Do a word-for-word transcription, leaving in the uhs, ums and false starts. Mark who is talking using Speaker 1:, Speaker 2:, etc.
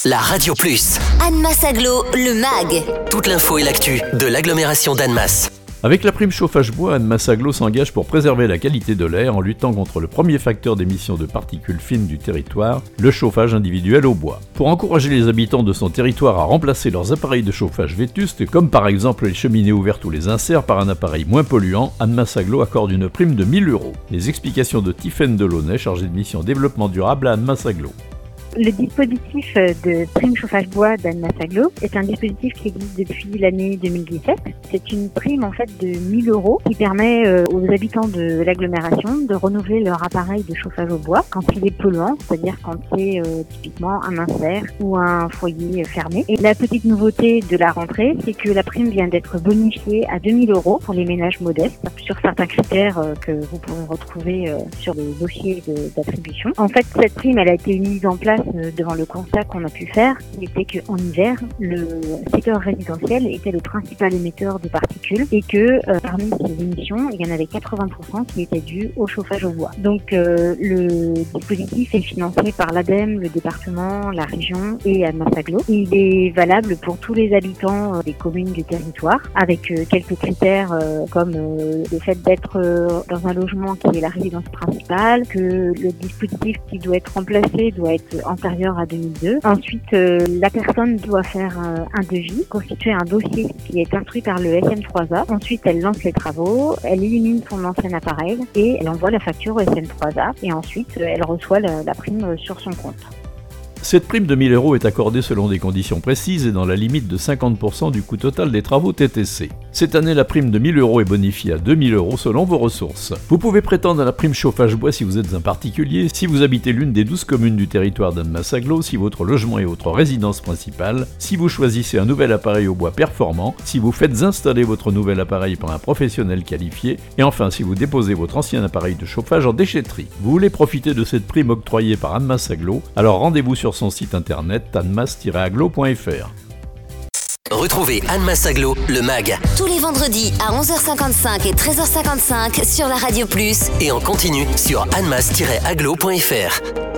Speaker 1: la Radio Plus.
Speaker 2: Annemasse Agglo, le mag.
Speaker 1: Toute l'info et l'actu de l'agglomération d'Annemasse.
Speaker 3: Avec la prime chauffage bois, Annemasse Agglo s'engage pour préserver la qualité de l'air en luttant contre le premier facteur d'émission de particules fines du territoire, le chauffage individuel au bois. Pour encourager les habitants de son territoire à remplacer leurs appareils de chauffage vétustes, comme par exemple les cheminées ouvertes ou les inserts par un appareil moins polluant, Annemasse Agglo accorde une prime de mille euros. Les explications de Tiffaine Delaunay, chargée de mission développement durable à Annemasse Agglo.
Speaker 4: Le dispositif de prime chauffage bois d'Annemasse Agglo est un dispositif qui existe depuis l'année deux mille dix-sept. C'est une prime en fait de mille euros qui permet euh, aux habitants de l'agglomération de renouveler leur appareil de chauffage au bois quand il est polluant, c'est-à-dire quand c'est euh, typiquement un insert ou un foyer fermé. Et la petite nouveauté de la rentrée, c'est que la prime vient d'être bonifiée à deux mille euros pour les ménages modestes sur certains critères euh, que vous pourrez retrouver euh, sur le dossier de, d'attribution. En fait, cette prime, elle a été mise en place devant le constat qu'on a pu faire, qui était qu'en hiver, le secteur résidentiel était le principal émetteur de particules et que euh, parmi ces émissions, il y en avait quatre-vingts pour cent qui étaient dues au chauffage au bois. Donc euh, le dispositif est financé par l'ADEME, le département, la région et Annemasse Agglo. Il est valable pour tous les habitants euh, des communes du territoire, avec euh, quelques critères euh, comme euh, le fait d'être euh, dans un logement qui est la résidence principale, que le dispositif qui doit être remplacé doit être en antérieur à deux mille deux. Ensuite, euh, la personne doit faire euh, un devis, constituer un dossier qui est instruit par le S M trois A. Ensuite, elle lance les travaux, elle élimine son ancien appareil et elle envoie la facture au S M trois A. Et ensuite, euh, elle reçoit la, la prime sur son compte.
Speaker 3: Cette prime de mille euros est accordée selon des conditions précises et dans la limite de cinquante pour cent du coût total des travaux T T C. Cette année, la prime de mille euros est bonifiée à deux mille euros selon vos ressources. Vous pouvez prétendre à la prime chauffage bois si vous êtes un particulier, si vous habitez l'une des douze communes du territoire d'Annemasse Agglo, si votre logement est votre résidence principale, si vous choisissez un nouvel appareil au bois performant, si vous faites installer votre nouvel appareil par un professionnel qualifié, et enfin si vous déposez votre ancien appareil de chauffage en déchetterie. Vous voulez profiter de cette prime octroyée par Annemasse Agglo, alors rendez-vous sur son site internet annemasse tiret agglo point f r.
Speaker 1: Retrouvez Annemasse Agglo, le mag.
Speaker 2: Tous les vendredis à onze heures cinquante-cinq et treize heures cinquante-cinq sur la Radio Plus.
Speaker 1: Et en continu sur annemasse tiret agglo point f r.